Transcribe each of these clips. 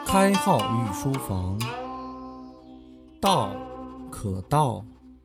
开号御书房，道可道，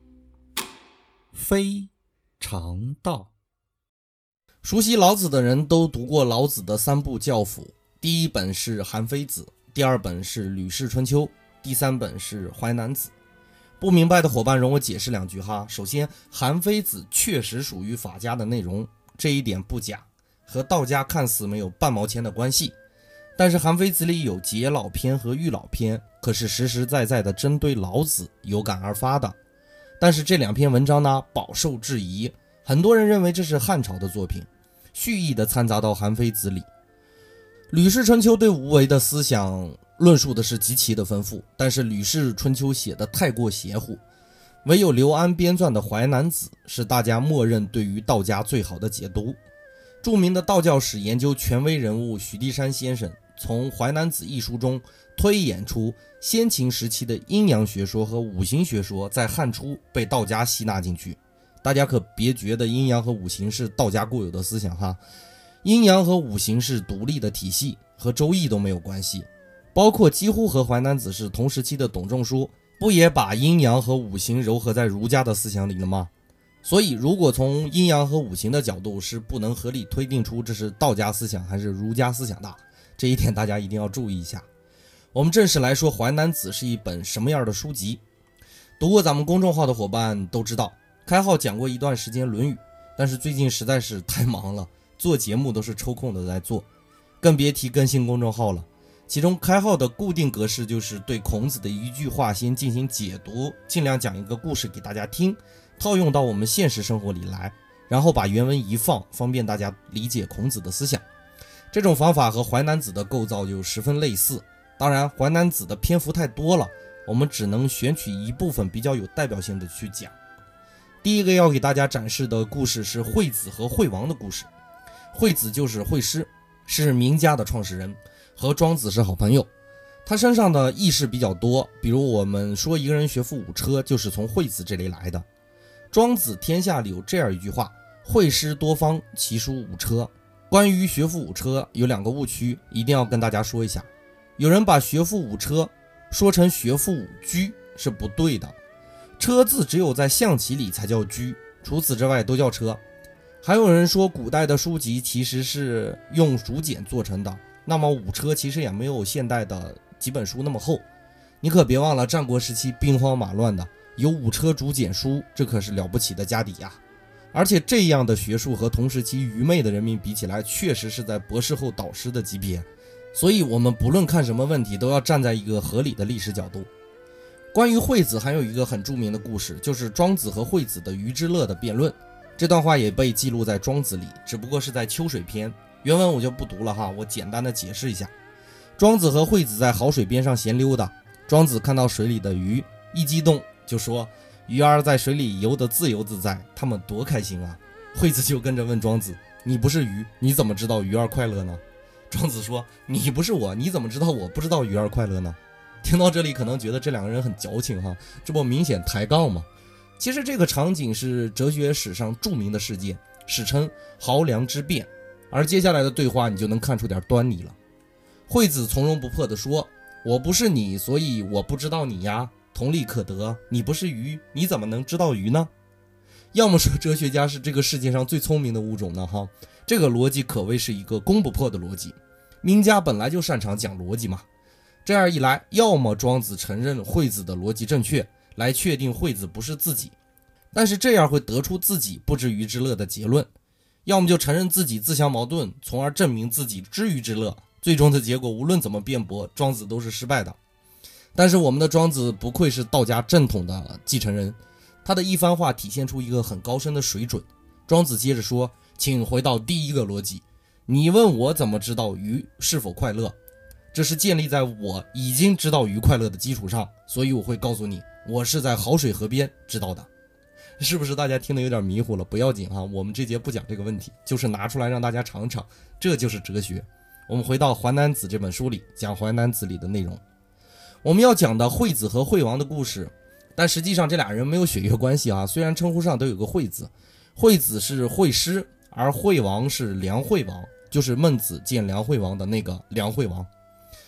非常道。熟悉老子的人都读过老子的三部教辅，第一本是《韩非子》，第二本是《吕氏春秋》，第三本是《淮南子》。不明白的伙伴容我解释两句哈。首先，《韩非子》确实属于法家的内容，这一点不假，和道家看似没有半毛钱的关系。但是《韩非子》里有解老篇和喻老篇，可是实实在在的针对老子有感而发的。但是这两篇文章呢，饱受质疑，很多人认为这是汉朝的作品，蓄意的掺杂到《韩非子》里。《吕氏春秋》对无为的思想论述的是极其的丰富，但是《吕氏春秋》写的太过邪乎，唯有刘安编撰的《淮南子》是大家默认对于道家最好的解读。著名的道教史研究权威人物许地山先生从《淮南子》一书中推演出先秦时期的阴阳学说和五行学说在汉初被道家吸纳进去。大家可别觉得阴阳和五行是道家固有的思想哈，阴阳和五行是独立的体系，和周易都没有关系。包括几乎和淮南子是同时期的董仲舒，不也把阴阳和五行糅合在儒家的思想里了吗？所以如果从阴阳和五行的角度，是不能合理推定出这是道家思想还是儒家思想的，这一点大家一定要注意一下。我们正式来说，《淮南子》是一本什么样的书籍。读过咱们公众号的伙伴都知道，开号讲过一段时间《论语》，但是最近实在是太忙了，做节目都是抽空的在做，更别提更新公众号了。其中开号的固定格式就是对孔子的一句话先进行解读，尽量讲一个故事给大家听，套用到我们现实生活里来，然后把原文一放，方便大家理解孔子的思想。这种方法和淮南子的构造就十分类似，当然淮南子的篇幅太多了，我们只能选取一部分比较有代表性的去讲。第一个要给大家展示的故事是惠子和惠王的故事。惠子就是惠施，是名家的创始人，和庄子是好朋友。他身上的轶事比较多，比如我们说一个人学富五车，就是从惠子这里来的。庄子天下里有这样一句话，惠施多方，其书五车。关于学富五车有两个误区，一定要跟大家说一下。有人把学富五车说成学富五车是不对的，车字只有在象棋里才叫车，除此之外都叫车。还有人说古代的书籍其实是用竹简做成的，那么五车其实也没有现代的几本书那么厚。你可别忘了战国时期兵荒马乱的，有五车竹简书，这可是了不起的家底呀。而且这样的学术和同时期愚昧的人民比起来，确实是在博士后导师的级别。所以我们不论看什么问题，都要站在一个合理的历史角度。关于惠子还有一个很著名的故事，就是庄子和惠子的鱼之乐的辩论。这段话也被记录在庄子里，只不过是在秋水篇，原文我就不读了哈，我简单的解释一下。庄子和惠子在好水边上闲溜达，庄子看到水里的鱼，一激动就说，鱼儿在水里游得自由自在，他们多开心啊。惠子就跟着问庄子，你不是鱼，你怎么知道鱼儿快乐呢？庄子说，你不是我，你怎么知道我不知道鱼儿快乐呢？听到这里可能觉得这两个人很矫情哈，这不明显抬杠吗？其实这个场景是哲学史上著名的事件，史称濠梁之变，而接下来的对话你就能看出点端倪了。惠子从容不迫地说，我不是你，所以我不知道你呀，同理可得，你不是鱼，你怎么能知道鱼呢？要么说哲学家是这个世界上最聪明的物种呢哈，这个逻辑可谓是一个攻不破的逻辑，名家本来就擅长讲逻辑嘛。这样一来，要么庄子承认惠子的逻辑正确，来确定惠子不是自己，但是这样会得出自己不知鱼之乐的结论，要么就承认自己自相矛盾，从而证明自己知鱼之乐，最终的结果无论怎么辩驳，庄子都是失败的。但是我们的庄子不愧是道家正统的继承人，他的一番话体现出一个很高深的水准。庄子接着说，请回到第一个逻辑，你问我怎么知道鱼是否快乐，这是建立在我已经知道鱼快乐的基础上，所以我会告诉你，我是在好水河边知道的。是不是大家听得有点迷糊了？不要紧啊，我们这节不讲这个问题，就是拿出来让大家尝尝，这就是哲学。我们回到《淮南子》这本书里，讲《淮南子》里的内容。我们要讲的惠子和惠王的故事，但实际上这俩人没有血缘关系啊，虽然称呼上都有个惠子，惠子是惠施，而惠王是梁惠王，就是孟子见梁惠王的那个梁惠王。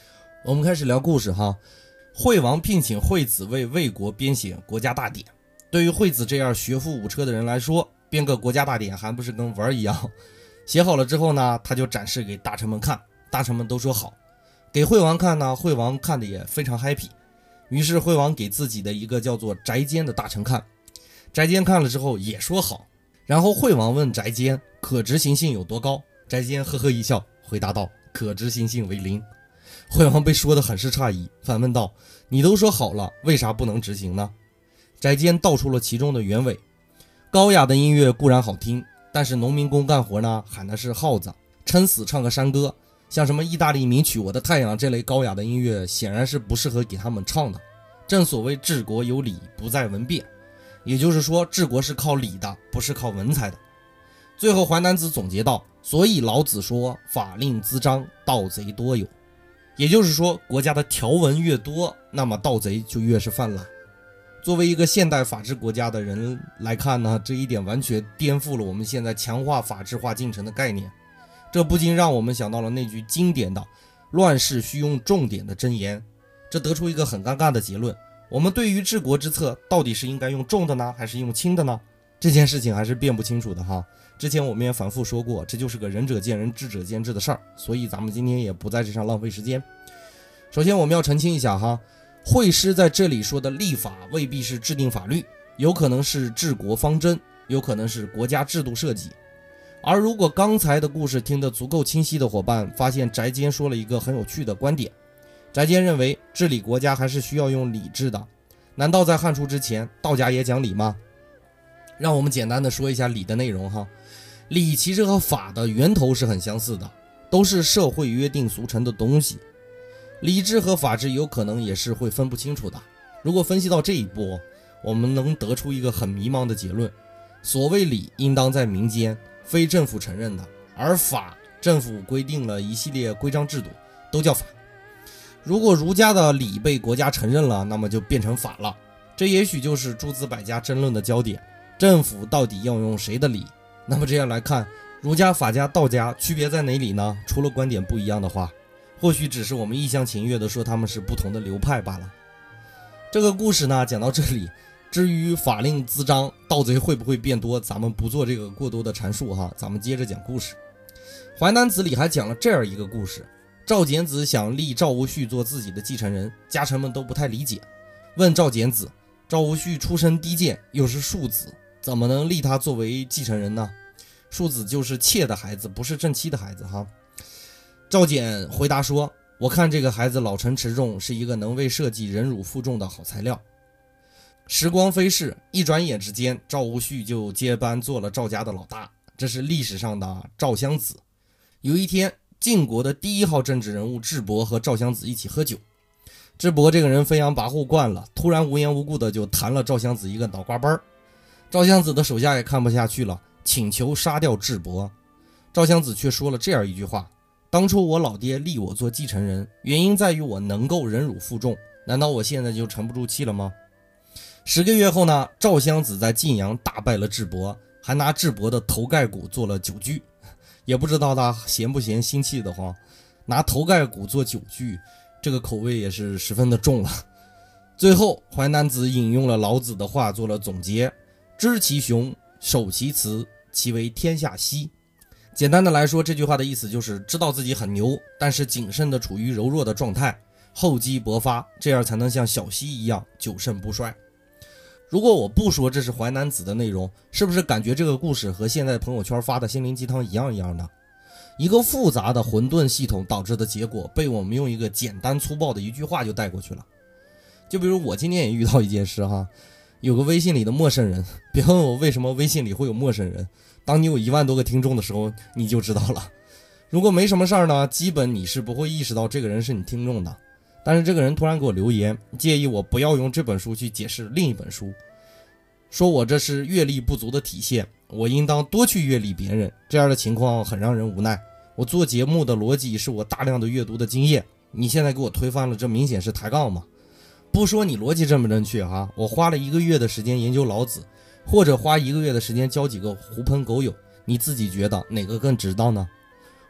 我们开始聊故事哈。惠王聘请惠子为魏国编写国家大典。对于惠子这样学富五车的人来说，编个国家大典还不是跟玩一样。写好了之后呢，他就展示给大臣们看，大臣们都说好。给惠王看呢，惠王看的也非常 happy。于是惠王给自己的一个叫做翟坚的大臣看，翟坚看了之后也说好。然后惠王问翟坚可执行性有多高，翟坚呵呵一笑，回答道可执行性为0。惠王被说得很是诧异，反问道你都说好了，为啥不能执行呢？翟坚道出了其中的原委。高雅的音乐固然好听，但是农民工干活呢喊的是号子，撑死唱个山歌，像什么意大利名曲《我的太阳》这类高雅的音乐显然是不适合给他们唱的。正所谓治国有礼，不在文辩，也就是说治国是靠礼的，不是靠文采的。最后淮南子总结道，所以老子说法令滋章，盗贼多有。也就是说，国家的条文越多，那么盗贼就越是泛滥。作为一个现代法治国家的人来看呢，这一点完全颠覆了我们现在强化法治化进程的概念。这不禁让我们想到了那句经典的乱世需用重典的箴言。这得出一个很尴尬的结论，我们对于治国之策到底是应该用重的呢，还是用轻的呢？这件事情还是辨不清楚的哈。之前我们也反复说过，这就是个仁者见仁，智者见智的事儿，所以咱们今天也不在这上浪费时间。首先我们要澄清一下哈，惠施在这里说的立法未必是制定法律，有可能是治国方针，有可能是国家制度设计。而如果刚才的故事听得足够清晰的伙伴发现翟坚说了一个很有趣的观点，翟坚认为治理国家还是需要用礼制的。难道在汉初之前道家也讲礼吗？让我们简单的说一下礼的内容哈。礼其实和法的源头是很相似的，都是社会约定俗成的东西。礼制和法制有可能也是会分不清楚的。如果分析到这一步，我们能得出一个很迷茫的结论，所谓礼应当在民间，非政府承认的，而法政府规定了一系列规章制度，都叫法。如果儒家的礼被国家承认了，那么就变成法了。这也许就是诸子百家争论的焦点，政府到底要用谁的礼？那么这样来看，儒家、法家、道家区别在哪里呢？除了观点不一样的话，或许只是我们一厢情愿的说他们是不同的流派罢了。这个故事呢讲到这里，至于法令滋章，盗贼会不会变多，咱们不做这个过多的阐述哈，咱们接着讲故事。淮南子里还讲了这样一个故事，赵简子想立赵无恤做自己的继承人，家臣们都不太理解，问赵简子，赵无恤出身低贱，又是庶子，怎么能立他作为继承人呢？庶子就是妾的孩子，不是正妻的孩子哈。赵简回答说，我看这个孩子老成持重，是一个能为社稷忍辱负重的好材料。时光飞逝，一转眼之间，赵无恤就接班做了赵家的老大，这是历史上的赵襄子。有一天，晋国的第一号政治人物智伯和赵襄子一起喝酒。智伯这个人飞扬跋扈惯了，突然无缘无故的就弹了赵襄子一个脑瓜班。赵襄子的手下也看不下去了，请求杀掉智伯。赵襄子却说了这样一句话，当初我老爹立我做继承人，原因在于我能够忍辱负重，难道我现在就沉不住气了吗？10个月后呢，赵襄子在晋阳大败了智伯，还拿智伯的头盖骨做了酒具，也不知道他嫌不嫌腥气的慌，拿头盖骨做酒具，这个口味也是十分的重了。最后淮南子引用了老子的话做了总结，知其雄，守其雌，其为天下溪。简单的来说，这句话的意思就是知道自己很牛，但是谨慎的处于柔弱的状态，厚积薄发，这样才能像小溪一样久盛不衰。如果我不说这是淮南子的内容，是不是感觉这个故事和现在朋友圈发的心灵鸡汤一样的？一个复杂的混沌系统导致的结果，被我们用一个简单粗暴的一句话就带过去了。就比如我今天也遇到一件事哈，有个微信里的陌生人，别问我为什么微信里会有陌生人，当你有1万多个听众的时候你就知道了。如果没什么事儿呢，基本你是不会意识到这个人是你听众的。但是这个人突然给我留言，建议我不要用这本书去解释另一本书，说我这是阅历不足的体现，我应当多去阅历别人。这样的情况很让人无奈，我做节目的逻辑是我大量的阅读的经验，你现在给我推翻了，这明显是抬杠嘛。不说你逻辑正不正确哈，我花了1个月的时间研究老子，或者花1个月的时间交几个狐朋狗友，你自己觉得哪个更值当呢？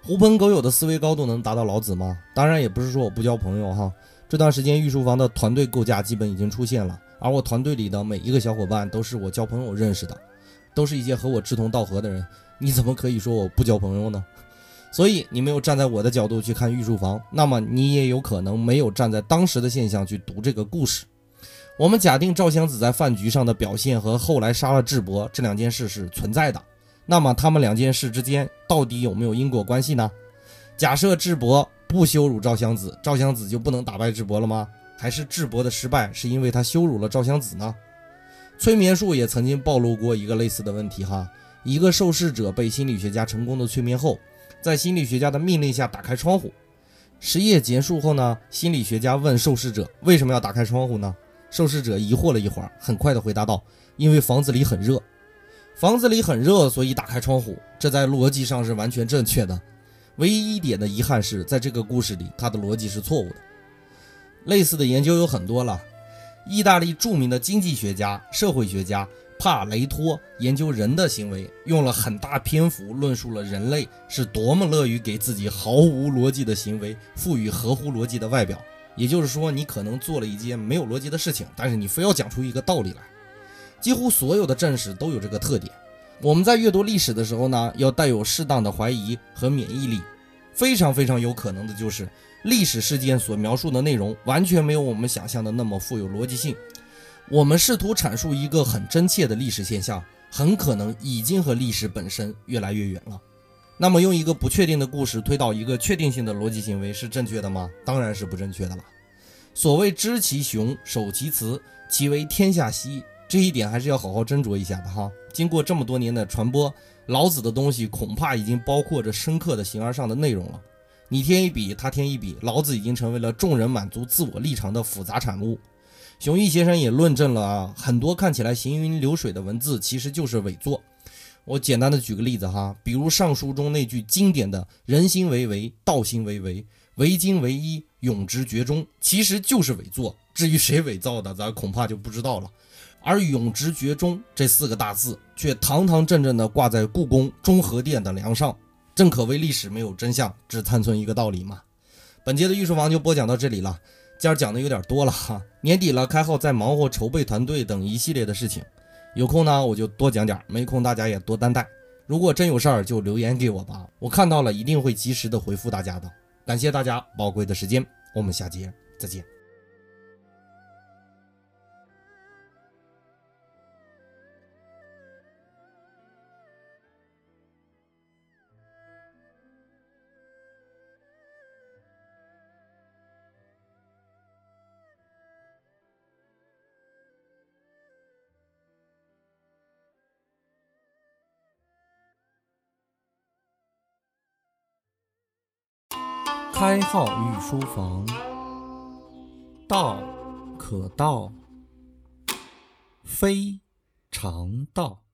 狐朋狗友的思维高度能达到老子吗？当然也不是说我不交朋友哈。这段时间御书房的团队构架基本已经出现了，而我团队里的每一个小伙伴都是我交朋友认识的，都是一些和我志同道合的人，你怎么可以说我不交朋友呢？所以你没有站在我的角度去看御书房，那么你也有可能没有站在当时的现象去读这个故事。我们假定赵襄子在饭局上的表现和后来杀了智伯这两件事是存在的，那么他们两件事之间到底有没有因果关系呢？假设智伯不羞辱赵襄子，赵襄子就不能打败智伯了吗？还是智伯的失败是因为他羞辱了赵襄子呢？催眠术也曾经暴露过一个类似的问题哈，一个受试者被心理学家成功的催眠后，在心理学家的命令下打开窗户。实验结束后呢，心理学家问受试者为什么要打开窗户呢？受试者疑惑了一会儿，很快的回答道，因为房子里很热。房子里很热，所以打开窗户，这在逻辑上是完全正确的。唯一一点的遗憾是，在这个故事里，它的逻辑是错误的。类似的研究有很多了。意大利著名的经济学家、社会学家帕雷托研究人的行为，用了很大篇幅论述了人类是多么乐于给自己毫无逻辑的行为赋予合乎逻辑的外表。也就是说，你可能做了一件没有逻辑的事情，但是你非要讲出一个道理来。几乎所有的正史都有这个特点。我们在阅读历史的时候呢，要带有适当的怀疑和免疫力。非常非常有可能的就是历史事件所描述的内容完全没有我们想象的那么富有逻辑性。我们试图阐述一个很真切的历史现象，很可能已经和历史本身越来越远了。那么用一个不确定的故事推导一个确定性的逻辑行为是正确的吗？当然是不正确的了。所谓知其雄，守其雌，其为天下溪，这一点还是要好好斟酌一下的哈。经过这么多年的传播，老子的东西恐怕已经包括着深刻的形而上的内容了。你添一笔，他添一笔，老子已经成为了众人满足自我立场的复杂产物。熊毅先生也论证了很多看起来行云流水的文字其实就是伪作。我简单的举个例子哈，比如上书中那句经典的人心为为，道心为为，为精为一，永执厥中，其实就是伪作。至于谁伪造的，咱恐怕就不知道了。而永执厥中这4个大字却堂堂正正地挂在故宫中和殿的梁上，正可谓历史没有真相，只残存一个道理嘛。本节的御书房就播讲到这里了，今儿讲的有点多了哈，年底了，开号在忙活筹备团队等一系列的事情，有空呢我就多讲点，没空大家也多担待。如果真有事儿就留言给我吧，我看到了一定会及时的回复大家的。感谢大家宝贵的时间，我们下节再见。开号御书房，道可道，非常道。